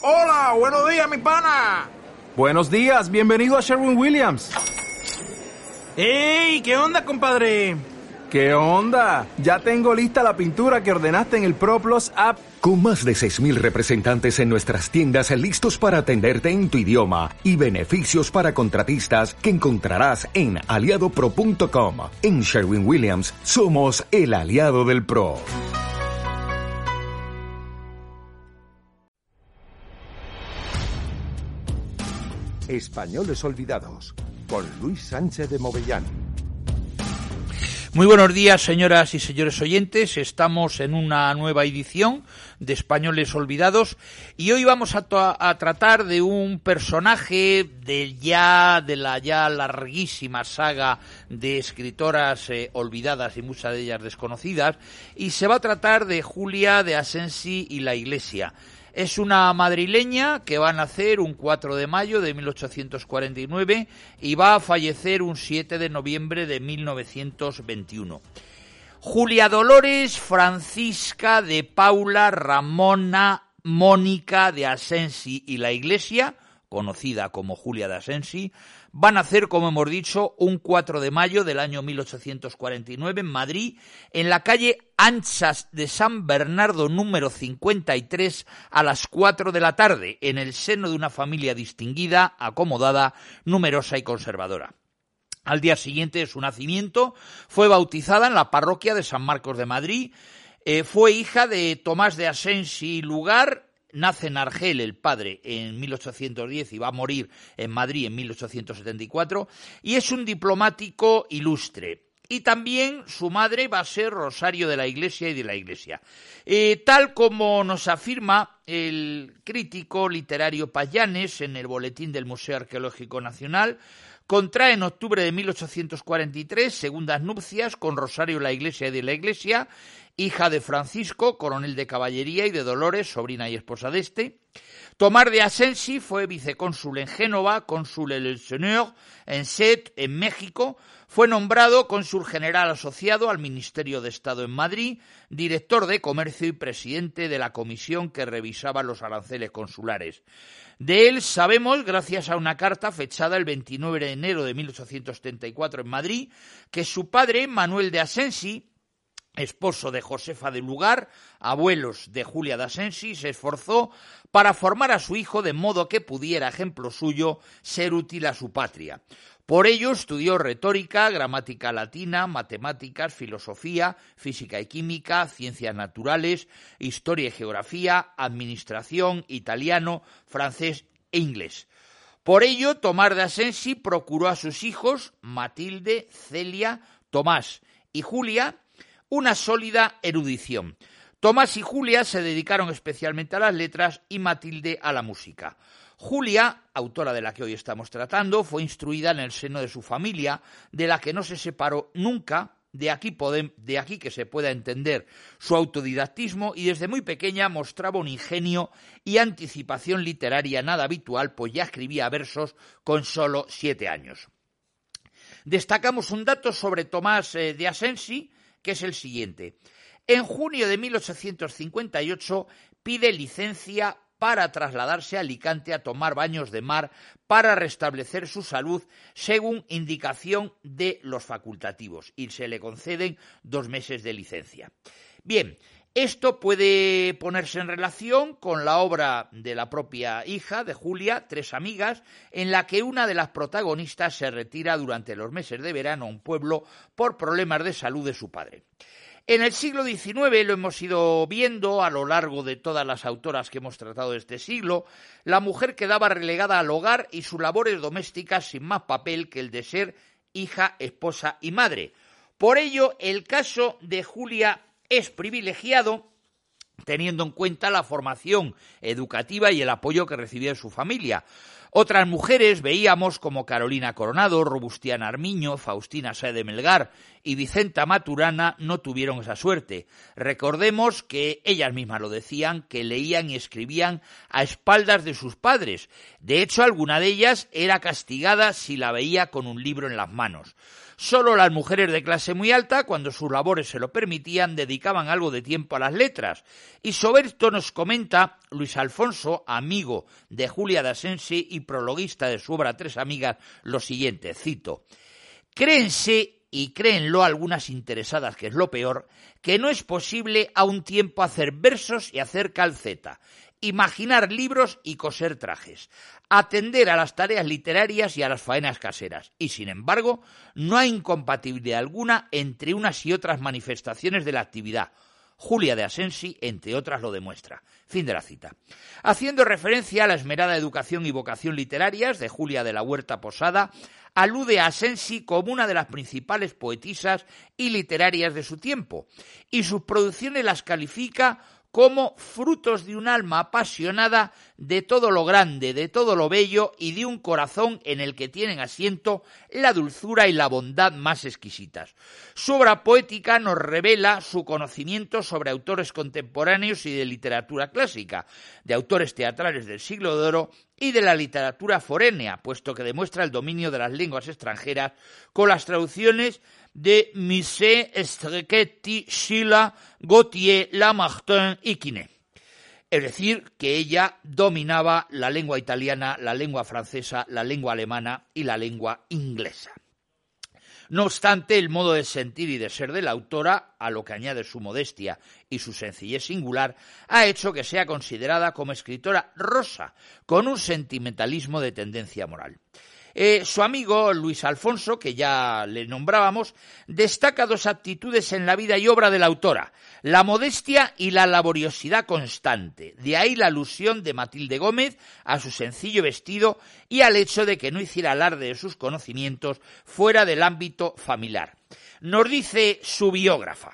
Hola, buenos días, mi pana. Buenos días, bienvenido a Sherwin-Williams. ¡Ey! ¿Qué onda, compadre? ¿Qué onda? Ya tengo lista la pintura que ordenaste en el ProPlus app. Con más de 6,000 representantes en nuestras tiendas listos para atenderte en tu idioma y beneficios para contratistas que encontrarás en aliadopro.com. En Sherwin-Williams somos el aliado del pro. Españoles Olvidados, con Luis Sánchez de Movellán. Muy buenos días, señoras y señores oyentes. Estamos en una nueva edición de Españoles Olvidados y hoy vamos a tratar de un personaje de la ya larguísima saga de escritoras olvidadas y muchas de ellas desconocidas, y se va a tratar de Julia de Asensi y la Iglesia. Es una madrileña que va a nacer un 4 de mayo de 1849 y va a fallecer un 7 de noviembre de 1921. Julia Dolores Francisca de Paula Ramona Mónica de Asensi y la Iglesia, conocida como Julia de Asensi, va a nacer, como hemos dicho, un 4 de mayo del año 1849 en Madrid, en la calle Anchas de San Bernardo número 53 a las 4 de la tarde, en el seno de una familia distinguida, acomodada, numerosa y conservadora. Al día siguiente de su nacimiento fue bautizada en la parroquia de San Marcos de Madrid. Fue hija de Tomás de Asensi Lugar. Nace en Argel el padre en 1810 y va a morir en Madrid en 1874, y es un diplomático ilustre. Y también su madre va a ser Rosario de la Iglesia y de la Iglesia. Tal como nos afirma el crítico literario Payanes en el boletín del Museo Arqueológico Nacional, contrae en octubre de 1843 segundas nupcias con Rosario de la Iglesia y de la Iglesia, hija de Francisco, coronel de caballería, y de Dolores, sobrina y esposa de este. Tomás de Asensi fue vicecónsul en Génova, cónsul en El Seigneur, en Sète, en México. Fue nombrado cónsul general asociado al Ministerio de Estado en Madrid, director de Comercio y presidente de la comisión que revisaba los aranceles consulares. De él sabemos, gracias a una carta fechada el 29 de enero de 1834 en Madrid, que su padre, Manuel de Asensi, esposo de Josefa de Lugar, abuelos de Julia de Asensi, se esforzó para formar a su hijo de modo que pudiera, ejemplo suyo, ser útil a su patria. Por ello estudió retórica, gramática latina, matemáticas, filosofía, física y química, ciencias naturales, historia y geografía, administración, italiano, francés e inglés. Por ello, Tomás de Asensi procuró a sus hijos, Matilde, Celia, Tomás y Julia, una sólida erudición. Tomás y Julia se dedicaron especialmente a las letras y Matilde a la música. Julia, autora de la que hoy estamos tratando, fue instruida en el seno de su familia, de la que no se separó nunca. De aquí que se pueda entender su autodidactismo, y desde muy pequeña mostraba un ingenio y anticipación literaria nada habitual, pues ya escribía versos con solo 7 años. Destacamos un dato sobre Tomás de Asensi, que es el siguiente. En junio de 1858 pide licencia para trasladarse a Alicante a tomar baños de mar para restablecer su salud según indicación de los facultativos, y se le conceden 2 meses de licencia. Bien, esto puede ponerse en relación con la obra de la propia hija de Julia, Tres amigas, en la que una de las protagonistas se retira durante los meses de verano a un pueblo por problemas de salud de su padre. En el siglo XIX, lo hemos ido viendo a lo largo de todas las autoras que hemos tratado de este siglo, la mujer quedaba relegada al hogar y sus labores domésticas sin más papel que el de ser hija, esposa y madre. Por ello, el caso de Julia es privilegiado, teniendo en cuenta la formación educativa y el apoyo que recibía de su familia. Otras mujeres veíamos como Carolina Coronado, Robustiana Armiño, Faustina Sáez de Melgar y Vicenta Maturana no tuvieron esa suerte. Recordemos que ellas mismas lo decían, que leían y escribían a espaldas de sus padres. De hecho, alguna de ellas era castigada si la veía con un libro en las manos. Solo las mujeres de clase muy alta, cuando sus labores se lo permitían, dedicaban algo de tiempo a las letras. Y sobre esto nos comenta Luis Alfonso, amigo de Julia de Asensi y prologuista de su obra Tres amigas, lo siguiente, cito: «Créense, y créenlo algunas interesadas, que es lo peor, que no es posible a un tiempo hacer versos y hacer calceta, imaginar libros y coser trajes, atender a las tareas literarias y a las faenas caseras, y sin embargo no hay incompatibilidad alguna entre unas y otras manifestaciones de la actividad. Julia de Asensi, entre otras, lo demuestra». Fin de la cita. Haciendo referencia a la esmerada educación y vocación literarias de Julia de la Huerta Posada, alude a Asensi como una de las principales poetisas y literarias de su tiempo, y sus producciones las califica como frutos de un alma apasionada de todo lo grande, de todo lo bello y de un corazón en el que tienen asiento la dulzura y la bondad más exquisitas. Su obra poética nos revela su conocimiento sobre autores contemporáneos y de literatura clásica, de autores teatrales del siglo de oro y de la literatura forénea, puesto que demuestra el dominio de las lenguas extranjeras con las traducciones de Musset, Strecchetti, Schiller, Gautier, Lamartine y Quinet. Es decir, que ella dominaba la lengua italiana, la lengua francesa, la lengua alemana y la lengua inglesa. No obstante, el modo de sentir y de ser de la autora, a lo que añade su modestia y su sencillez singular, ha hecho que sea considerada como escritora rosa, con un sentimentalismo de tendencia moral. Su amigo Luis Alfonso, que ya le nombrábamos, destaca dos actitudes en la vida y obra de la autora: la modestia y la laboriosidad constante. De ahí la alusión de Matilde Gómez a su sencillo vestido y al hecho de que no hiciera alarde de sus conocimientos fuera del ámbito familiar. Nos dice su biógrafa: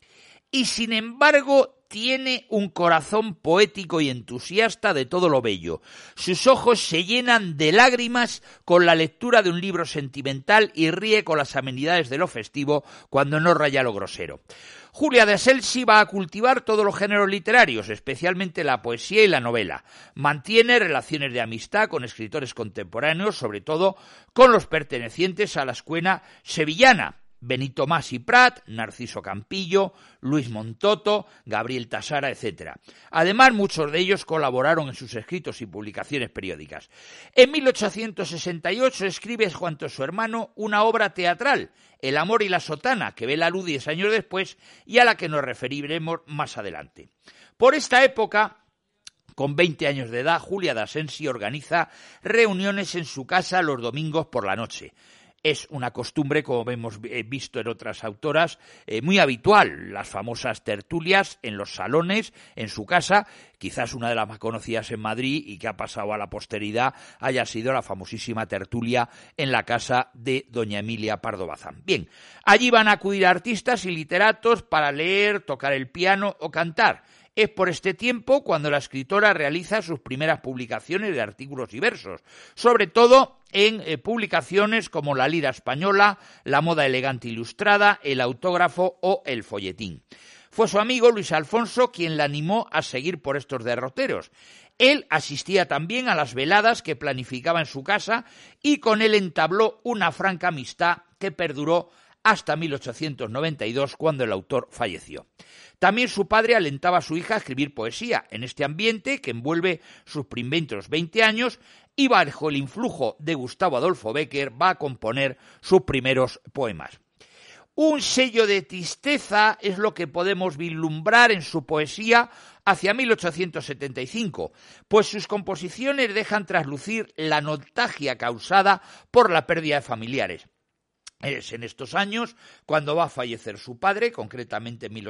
y sin embargo tiene un corazón poético y entusiasta de todo lo bello. Sus ojos se llenan de lágrimas con la lectura de un libro sentimental y ríe con las amenidades de lo festivo cuando no raya lo grosero. Julia de Asensi va a cultivar todos los géneros literarios, especialmente la poesía y la novela. Mantiene relaciones de amistad con escritores contemporáneos, sobre todo con los pertenecientes a la escuela sevillana: Benito Mas y Prat, Narciso Campillo, Luis Montoto, Gabriel Tasara, etc. Además, muchos de ellos colaboraron en sus escritos y publicaciones periódicas. En 1868 escribe junto a su hermano una obra teatral, El amor y la sotana, que ve la luz 10 años después y a la que nos referiremos más adelante. Por esta época, con 20 años de edad, Julia de Asensi organiza reuniones en su casa los domingos por la noche. Es una costumbre, como hemos visto en otras autoras, muy habitual, las famosas tertulias en los salones, en su casa. Quizás una de las más conocidas en Madrid y que ha pasado a la posteridad haya sido la famosísima tertulia en la casa de doña Emilia Pardo Bazán. Bien, allí van a acudir artistas y literatos para leer, tocar el piano o cantar. Es por este tiempo cuando la escritora realiza sus primeras publicaciones de artículos y versos, sobre todo en publicaciones como La Lira Española, La Moda Elegante Ilustrada, El Autógrafo o El Folletín. Fue su amigo Luis Alfonso quien la animó a seguir por estos derroteros. Él asistía también a las veladas que planificaba en su casa y con él entabló una franca amistad que perduró hasta 1892, cuando el autor falleció. También su padre alentaba a su hija a escribir poesía en este ambiente que envuelve sus primeros 20 años, y bajo el influjo de Gustavo Adolfo Bécquer va a componer sus primeros poemas. Un sello de tristeza es lo que podemos vislumbrar en su poesía hacia 1875, pues sus composiciones dejan traslucir la nostalgia causada por la pérdida de familiares. Es en estos años cuando va a fallecer su padre, concretamente en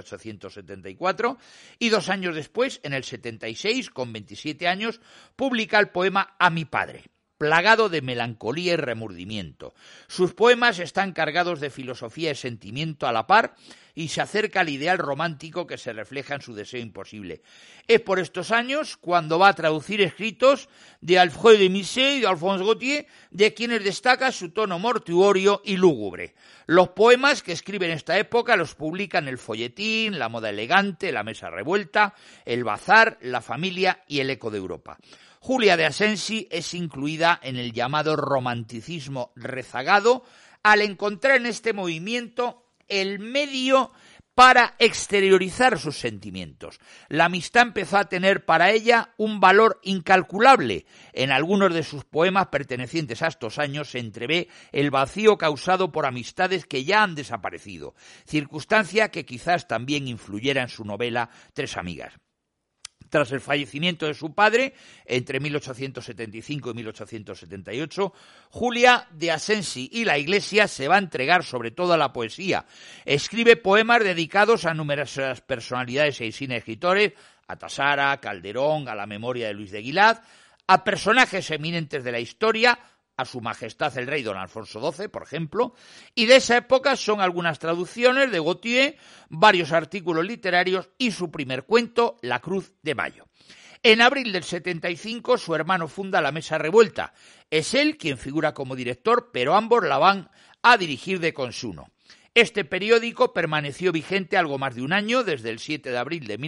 1874, y 2 años después, en el 76, con 27 años, publica el poema A mi padre, plagado de melancolía y remordimiento. Sus poemas están cargados de filosofía y sentimiento a la par y se acerca al ideal romántico que se refleja en su deseo imposible. Es por estos años cuando va a traducir escritos de Alfred de Musset y de Alphonse Gautier, de quienes destaca su tono mortuorio y lúgubre. Los poemas que escribe en esta época los publica en El Folletín, La Moda Elegante, La Mesa Revuelta, El Bazar, La Familia y El Eco de Europa. Julia de Asensi es incluida en el llamado romanticismo rezagado, al encontrar en este movimiento el medio para exteriorizar sus sentimientos. La amistad empezó a tener para ella un valor incalculable. En algunos de sus poemas pertenecientes a estos años se entrevé el vacío causado por amistades que ya han desaparecido, circunstancia que quizás también influyera en su novela Tres amigas. Tras el fallecimiento de su padre, entre 1875 y 1878, Julia de Asensi y la Iglesia se va a entregar sobre todo a la poesía. Escribe poemas dedicados a numerosas personalidades e insignes escritores, a Tasara, a Calderón, a la memoria de Luis de Aguilar, a personajes eminentes de la historia, a su majestad el rey don Alfonso XII, por ejemplo, y de esa época son algunas traducciones de Gautier, varios artículos literarios y su primer cuento, La Cruz de Mayo. En abril del 75 su hermano funda La Mesa Revuelta. Es él quien figura como director, pero ambos la van a dirigir de consuno. Este periódico permaneció vigente algo más de un año, desde el 7 de abril de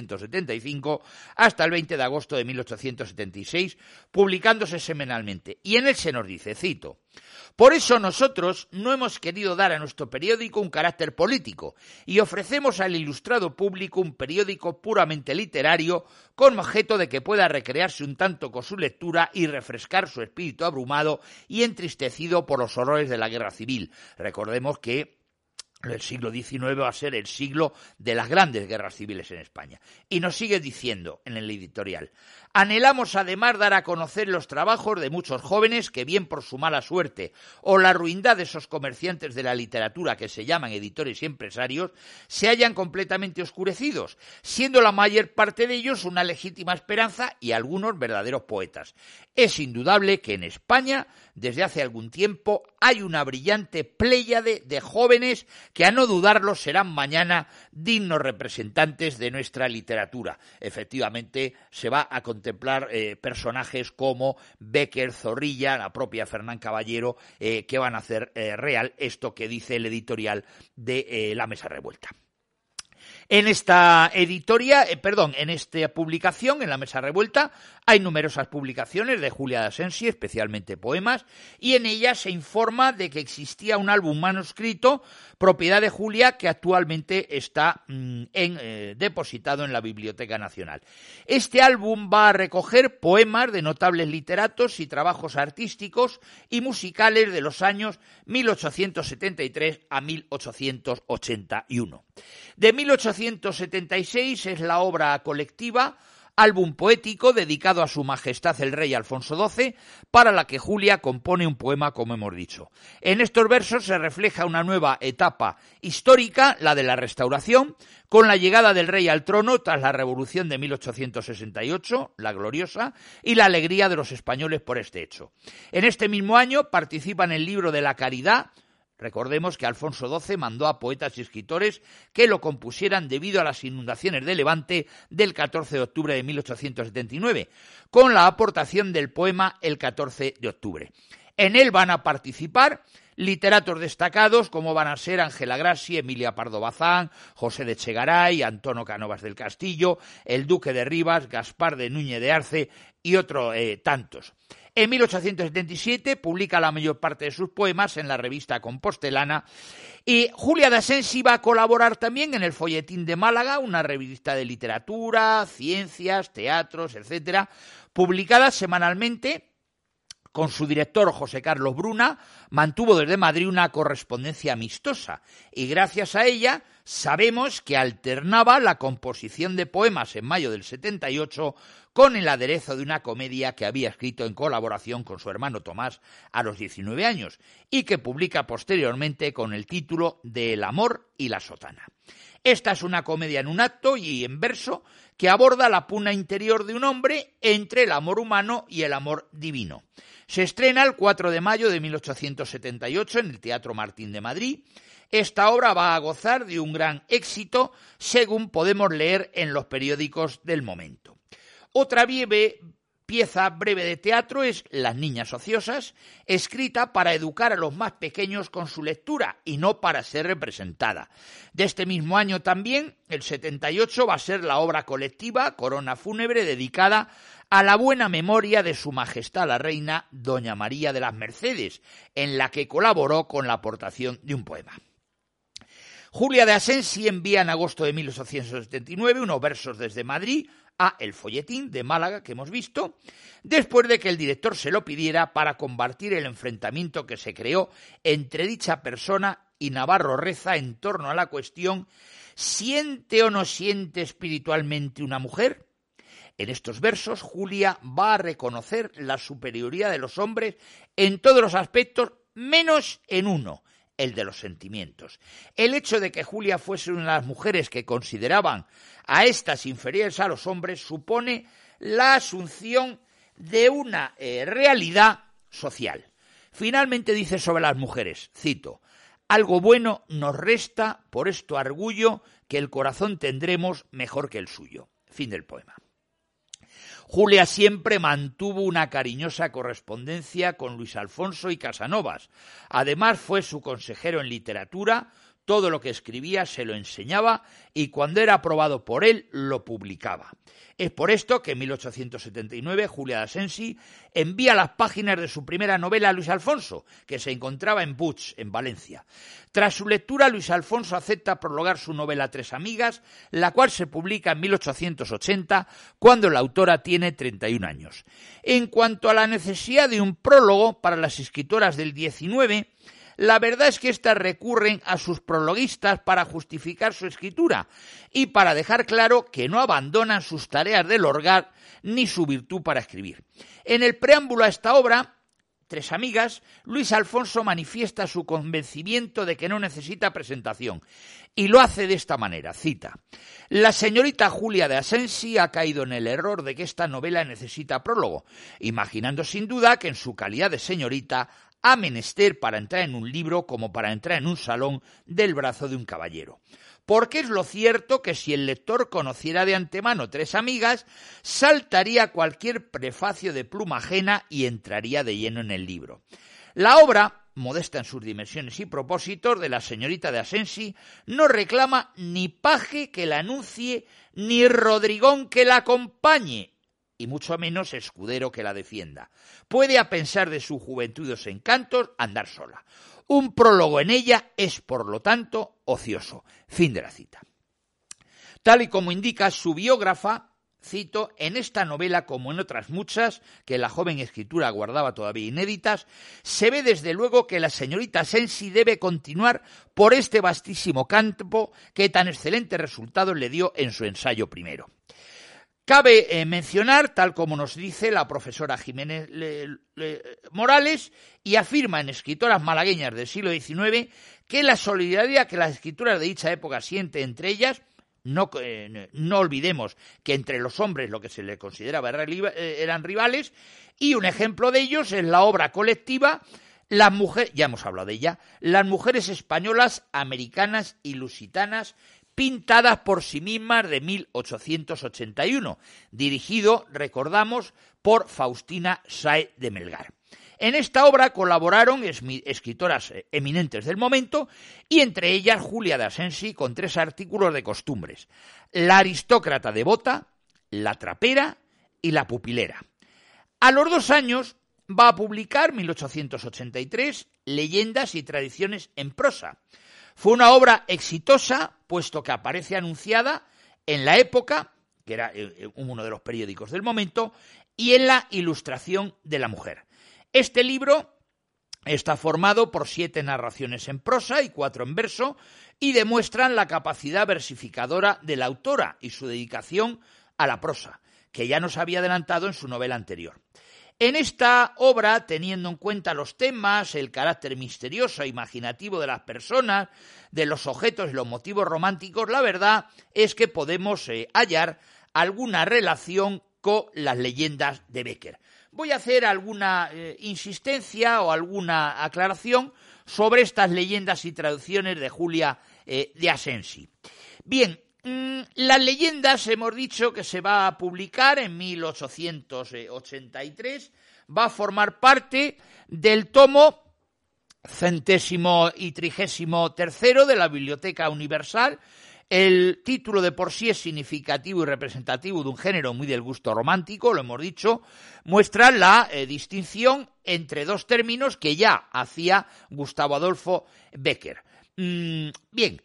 1875 hasta el 20 de agosto de 1876, publicándose semanalmente. Y en él se nos dice, cito, «Por eso nosotros no hemos querido dar a nuestro periódico un carácter político y ofrecemos al ilustrado público un periódico puramente literario con objeto de que pueda recrearse un tanto con su lectura y refrescar su espíritu abrumado y entristecido por los horrores de la guerra civil». Recordemos que el siglo XIX va a ser el siglo de las grandes guerras civiles en España. Y nos sigue diciendo en el editorial, anhelamos además dar a conocer los trabajos de muchos jóvenes que bien por su mala suerte o la ruindad de esos comerciantes de la literatura que se llaman editores y empresarios se hallan completamente oscurecidos, siendo la mayor parte de ellos una legítima esperanza y algunos verdaderos poetas. Es indudable que en España desde hace algún tiempo hay una brillante pléyade de jóvenes que a no dudarlo serán mañana dignos representantes de nuestra literatura. Efectivamente, se va a contemplar personajes como Bécquer, Zorrilla, la propia Fernán Caballero, que van a hacer real esto que dice el editorial de La Mesa Revuelta. En esta en esta publicación, en La Mesa Revuelta, hay numerosas publicaciones de Julia de Asensi, especialmente poemas, y en ellas se informa de que existía un álbum manuscrito, propiedad de Julia, que actualmente está depositado en la Biblioteca Nacional. Este álbum va a recoger poemas de notables literatos y trabajos artísticos y musicales de los años 1873 a 1881. De 1876 es la obra colectiva, álbum poético dedicado a su majestad el rey Alfonso XII, para la que Julia compone un poema, como hemos dicho. En estos versos se refleja una nueva etapa histórica, la de la Restauración, con la llegada del rey al trono tras la Revolución de 1868, la gloriosa, y la alegría de los españoles por este hecho. En este mismo año participa en el libro de la Caridad. Recordemos que Alfonso XII mandó a poetas y escritores que lo compusieran debido a las inundaciones de Levante del 14 de octubre de 1879, con la aportación del poema El 14 de octubre. En él van a participar literatos destacados como van a ser Ángela Grassi, Emilia Pardo Bazán, José de Echegaray, Antonio Cánovas del Castillo, el Duque de Rivas, Gaspar de Núñez de Arce y otros tantos. En 1877 publica la mayor parte de sus poemas en la revista Compostelana y Julia de Asensi va a colaborar también en el Folletín de Málaga, una revista de literatura, ciencias, teatros, etcétera, publicada semanalmente. Con su director José Carlos Bruna mantuvo desde Madrid una correspondencia amistosa y gracias a ella sabemos que alternaba la composición de poemas en mayo del 78 con el aderezo de una comedia que había escrito en colaboración con su hermano Tomás a los 19 años y que publica posteriormente con el título de El amor y la sotana. Esta es una comedia en un acto y en verso que aborda la pugna interior de un hombre entre el amor humano y el amor divino. Se estrena el 4 de mayo de 1878 en el Teatro Martín de Madrid. Esta obra va a gozar de un gran éxito, según podemos leer en los periódicos del momento. Otra pieza breve de teatro es Las niñas ociosas, escrita para educar a los más pequeños con su lectura y no para ser representada. De este mismo año también, el 78, va a ser la obra colectiva Corona fúnebre, dedicada a la buena memoria de Su Majestad la Reina Doña María de las Mercedes, en la que colaboró con la aportación de un poema. Julia de Asensi envía en agosto de 1879 unos versos desde Madrid a El Folletín de Málaga que hemos visto, después de que el director se lo pidiera para combatir el enfrentamiento que se creó entre dicha persona y Navarro Reza en torno a la cuestión ¿siente o no siente espiritualmente una mujer? En estos versos, Julia va a reconocer la superioridad de los hombres en todos los aspectos, menos en uno, el de los sentimientos. El hecho de que Julia fuese una de las mujeres que consideraban a estas inferiores a los hombres supone la asunción de una realidad social. Finalmente dice sobre las mujeres, cito, «Algo bueno nos resta por esto orgullo que el corazón tendremos mejor que el suyo». Fin del poema. Julia siempre mantuvo una cariñosa correspondencia con Luis Alfonso y Casanovas. Además fue su consejero en literatura, todo lo que escribía se lo enseñaba y cuando era aprobado por él lo publicaba. Es por esto que en 1879 Julia de Asensi envía las páginas de su primera novela a Luis Alfonso, que se encontraba en Puig, en Valencia. Tras su lectura, Luis Alfonso acepta prologar su novela Tres amigas, la cual se publica en 1880, cuando la autora tiene 31 años. En cuanto a la necesidad de un prólogo para las escritoras del 19, la verdad es que éstas recurren a sus prologuistas para justificar su escritura y para dejar claro que no abandonan sus tareas del hogar ni su virtud para escribir. En el preámbulo a esta obra, Tres amigas, Luis Alfonso manifiesta su convencimiento de que no necesita presentación y lo hace de esta manera, cita, «La señorita Julia de Asensi ha caído en el error de que esta novela necesita prólogo, imaginando sin duda que en su calidad de señorita ha menester para entrar en un libro como para entrar en un salón del brazo de un caballero. Porque es lo cierto que si el lector conociera de antemano Tres amigas, saltaría cualquier prefacio de pluma ajena y entraría de lleno en el libro. La obra, modesta en sus dimensiones y propósitos, de la señorita de Asensi, no reclama ni paje que la anuncie, ni rodrigón que la acompañe, y mucho menos escudero que la defienda. Puede, a pesar de su juventud y los encantos, andar sola. Un prólogo en ella es, por lo tanto, ocioso». Fin de la cita. Tal y como indica su biógrafa, cito, «En esta novela, como en otras muchas, que la joven escritura guardaba todavía inéditas, se ve desde luego que la señorita Asensi debe continuar por este vastísimo campo que tan excelente resultado le dio en su ensayo primero». Cabe mencionar, tal como nos dice la profesora Jiménez Morales, y afirma en Escritoras malagueñas del siglo XIX, que la solidaridad que las escrituras de dicha época sienten entre ellas, no olvidemos que entre los hombres lo que se les consideraba eran rivales, y un ejemplo de ellos es la obra colectiva Las mujeres, ya hemos hablado de ella, Las mujeres españolas, americanas y lusitanas, pintadas por sí mismas, de 1881, dirigido, recordamos, por Faustina Sáez de Melgar. En esta obra colaboraron escritoras eminentes del momento y entre ellas Julia de Asensi con 3 artículos de costumbres: La aristócrata devota, La trapera y La pupilera. A los 2 años va a publicar, 1883, Leyendas y tradiciones en prosa. Fue una obra exitosa, puesto que aparece anunciada en La Época, que era uno de los periódicos del momento, y en La Ilustración de la Mujer. Este libro está formado por 7 narraciones en prosa y 4 en verso, y demuestran la capacidad versificadora de la autora y su dedicación a la prosa, que ya nos había adelantado en su novela anterior. En esta obra, teniendo en cuenta los temas, el carácter misterioso e imaginativo de las personas, de los objetos y los motivos románticos, la verdad es que podemos hallar alguna relación con las leyendas de Bécquer. Voy a hacer alguna insistencia o alguna aclaración sobre estas leyendas y traducciones de Julia de Asensi. Bien, las leyendas hemos dicho que se va a publicar en 1883, va a formar parte del tomo 133 de la Biblioteca Universal, El título de por sí es significativo y representativo de un género muy del gusto romántico, lo hemos dicho, muestra la distinción entre dos términos que ya hacía Gustavo Adolfo Bécquer. Bien,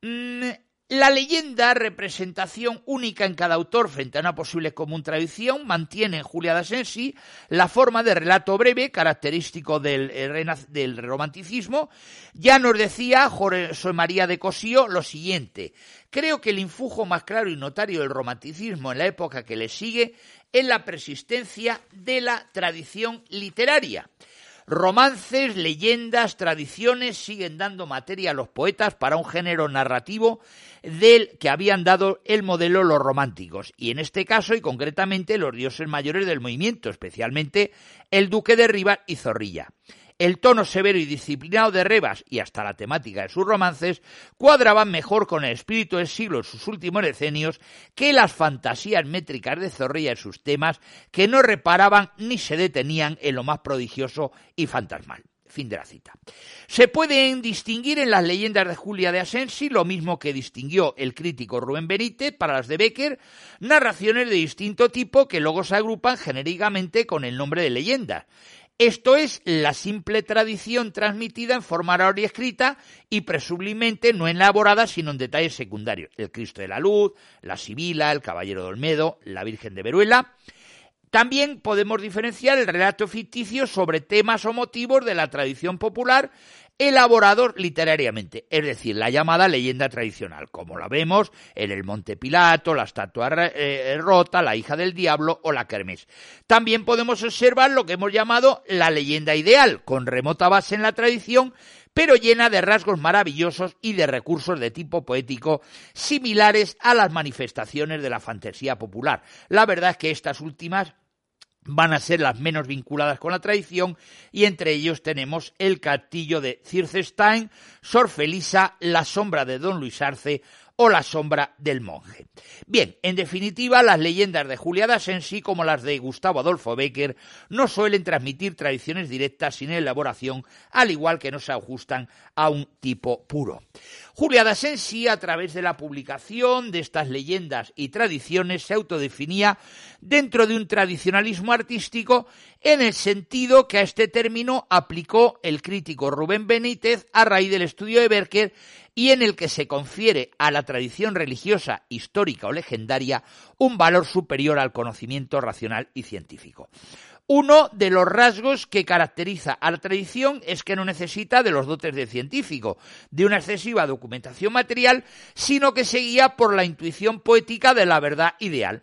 la leyenda, representación única en cada autor frente a una posible común tradición, mantiene en Julia d'Asensi la forma de relato breve, característico del romanticismo. Ya nos decía José María de Cossío lo siguiente: creo que el influjo más claro y notario del romanticismo en la época que le sigue es la persistencia de la tradición literaria. Romances, leyendas, tradiciones siguen dando materia a los poetas para un género narrativo del que habían dado el modelo los románticos, y en este caso y concretamente los dioses mayores del movimiento, especialmente el duque de Rivas y Zorrilla. El tono severo y disciplinado de Rivas y hasta la temática de sus romances cuadraban mejor con el espíritu del siglo en sus últimos decenios que las fantasías métricas de Zorrilla en sus temas, que no reparaban ni se detenían en lo más prodigioso y fantasmal. Fin de la cita. Se pueden distinguir en las leyendas de Julia d'Asensi, lo mismo que distinguió el crítico Rubén Benítez para las de Bécquer, narraciones de distinto tipo que luego se agrupan genéricamente con el nombre de leyendas. Esto es la simple tradición transmitida en forma oral y escrita y presumiblemente no elaborada sino en detalles secundarios. El Cristo de la Luz, la Sibila, el Caballero de Olmedo, la Virgen de Veruela. También podemos diferenciar el relato ficticio sobre temas o motivos de la tradición popular elaborados literariamente, es decir, la llamada leyenda tradicional, como la vemos en el Monte Pilato, la estatua rota, la hija del diablo o la kermés. También podemos observar lo que hemos llamado la leyenda ideal, con remota base en la tradición, pero llena de rasgos maravillosos y de recursos de tipo poético similares a las manifestaciones de la fantasía popular. La verdad es que estas últimas van a ser las menos vinculadas con la tradición, y entre ellos tenemos el castillo de Circestein, Sor Felisa, la sombra de Don Luis Arce o la sombra del monje. Bien, en definitiva, las leyendas de Julia d'Asensi, como las de Gustavo Adolfo Bécquer, no suelen transmitir tradiciones directas sin elaboración, al igual que no se ajustan a un tipo puro. Julia d'Asensi, a través de la publicación de estas leyendas y tradiciones, se autodefinía dentro de un tradicionalismo artístico, en el sentido que a este término aplicó el crítico Rubén Benítez a raíz del estudio de Bécquer, y en el que se confiere a la tradición religiosa, histórica o legendaria un valor superior al conocimiento racional y científico. Uno de los rasgos que caracteriza a la tradición es que no necesita de los dotes de científico, de una excesiva documentación material, sino que se guía por la intuición poética de la verdad ideal.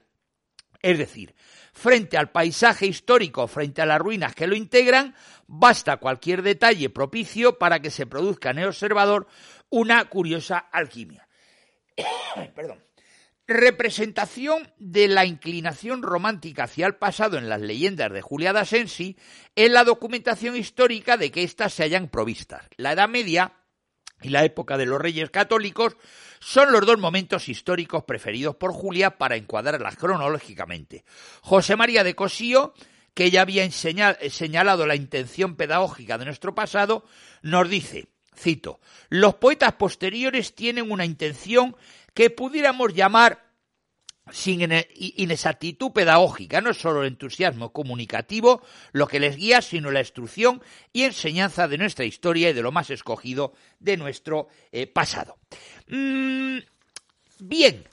Es decir, frente al paisaje histórico, frente a las ruinas que lo integran, basta cualquier detalle propicio para que se produzca en el observador una curiosa alquimia. Perdón. Representación de la inclinación romántica hacia el pasado en las leyendas de Julia d'Asensi en la documentación histórica de que éstas se hallan provistas. La Edad Media y la época de los Reyes Católicos son los dos momentos históricos preferidos por Julia para encuadrarlas cronológicamente. José María de Cossío, que ya había señalado la intención pedagógica de nuestro pasado, nos dice, cito: los poetas posteriores tienen una intención que pudiéramos llamar sin inexactitud pedagógica. No es solo el entusiasmo comunicativo lo que les guía, sino la instrucción y enseñanza de nuestra historia y de lo más escogido de nuestro pasado. Bien,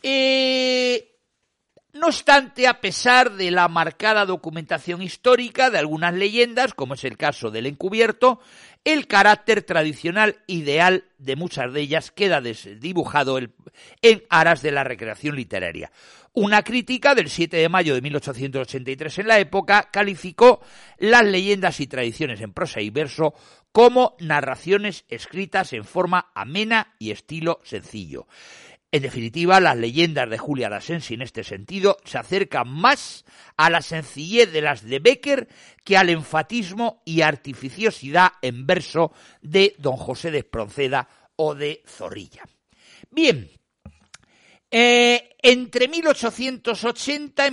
no obstante, a pesar de la marcada documentación histórica de algunas leyendas, como es el caso del Encubierto, el carácter tradicional ideal de muchas de ellas queda desdibujado en aras de la recreación literaria. Una crítica del 7 de mayo de 1883 en La Época calificó las leyendas y tradiciones en prosa y verso como narraciones escritas en forma amena y estilo sencillo. En definitiva, las leyendas de Julia d'Asensi en este sentido se acercan más a la sencillez de las de Bécquer que al enfatismo y artificiosidad en verso de Don José de Espronceda o de Zorrilla. Bien, entre 1880 y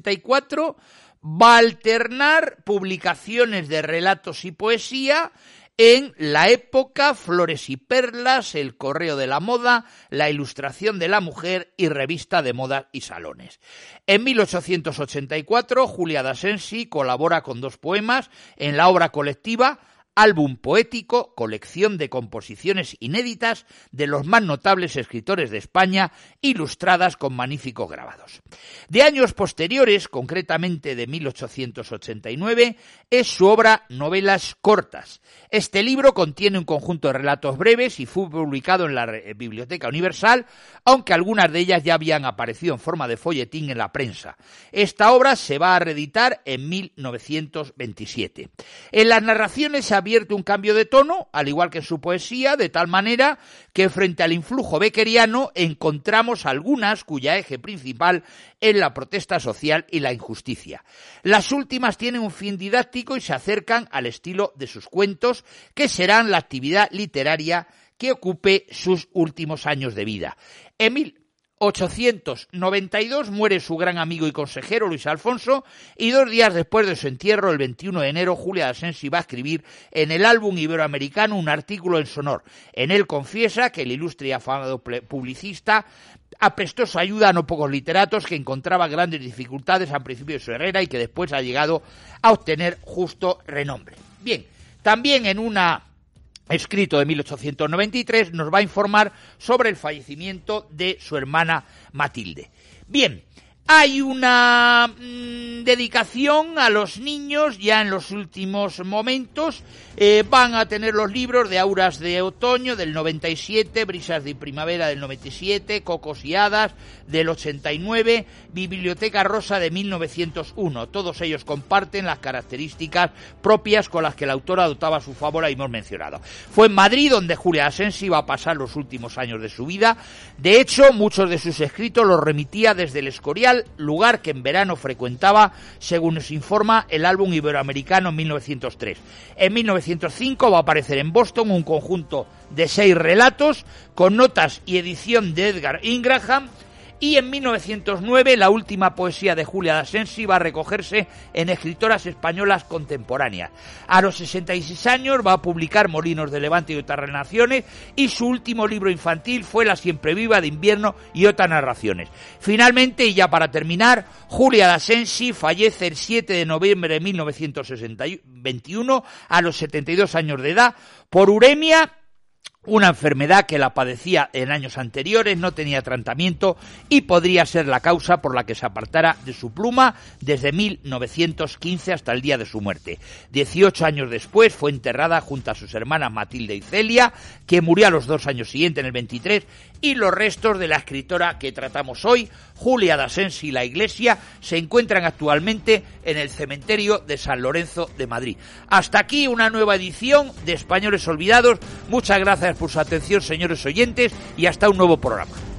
1884 va a alternar publicaciones de relatos y poesía en La Época, Flores y Perlas, El Correo de la Moda, La Ilustración de la Mujer y Revista de Modas y Salones. En 1884, Julia d'Asensi colabora con 2 poemas en la obra colectiva Álbum poético, colección de composiciones inéditas de los más notables escritores de España, ilustradas con magníficos grabados. De años posteriores, concretamente de 1889, es su obra Novelas cortas. Este libro contiene un conjunto de relatos breves y fue publicado en la Biblioteca Universal, aunque algunas de ellas ya habían aparecido en forma de folletín en la prensa. Esta obra se va a reeditar en 1927. En las narraciones se advierte un cambio de tono, al igual que en su poesía, de tal manera que frente al influjo beckeriano encontramos algunas cuya eje principal es la protesta social y la injusticia. Las últimas tienen un fin didáctico y se acercan al estilo de sus cuentos, que serán la actividad literaria que ocupe sus últimos años de vida. En 1892 muere su gran amigo y consejero Luis Alfonso, y 2 días después de su entierro, el 21 de enero, Julia d'Asensi va a escribir en el Álbum Iberoamericano un artículo en su honor. En él confiesa que el ilustre y afamado publicista prestó su ayuda a no pocos literatos que encontraban grandes dificultades al principio de su carrera y que después ha llegado a obtener justo renombre. Bien, también en una escrito de 1893, nos va a informar sobre el fallecimiento de su hermana Matilde. Bien, hay una dedicación a los niños ya en los últimos momentos. Van a tener los libros de Auras de Otoño del 97, Brisas de Primavera del 97, Cocos y Hadas del 89, Biblioteca Rosa de 1901. Todos ellos comparten las características propias con las que la autora dotaba a su favor y hemos mencionado. Fue en Madrid donde Julia d'Asensi iba a pasar los últimos años de su vida. De hecho, muchos de sus escritos los remitía desde el Escorial, lugar que en verano frecuentaba, según nos informa el Álbum Iberoamericano en 1903. En 1905 va a aparecer en Boston un conjunto de 6 relatos con notas y edición de Edgar Ingraham, y en 1909 la última poesía de Julia d'Asensi va a recogerse en Escritoras Españolas Contemporáneas. A los 66 años va a publicar Molinos de Levante y otras relaciones, y su último libro infantil fue La siempre viva de Invierno y otras narraciones. Finalmente, y ya para terminar, Julia d'Asensi fallece el 7 de noviembre de 1921 a los 72 años de edad por uremia, una enfermedad que la padecía en años anteriores, no tenía tratamiento y podría ser la causa por la que se apartara de su pluma desde 1915 hasta el día de su muerte. 18 años después fue enterrada junto a sus hermanas Matilde y Celia, que murió a los 2 años siguientes, en el 23, y los restos de la escritora que tratamos hoy, Julia d'Asensi y la Iglesia, se encuentran actualmente en el cementerio de San Lorenzo de Madrid. Hasta aquí una nueva edición de Españoles Olvidados. Muchas gracias por su atención, señores oyentes, y hasta un nuevo programa.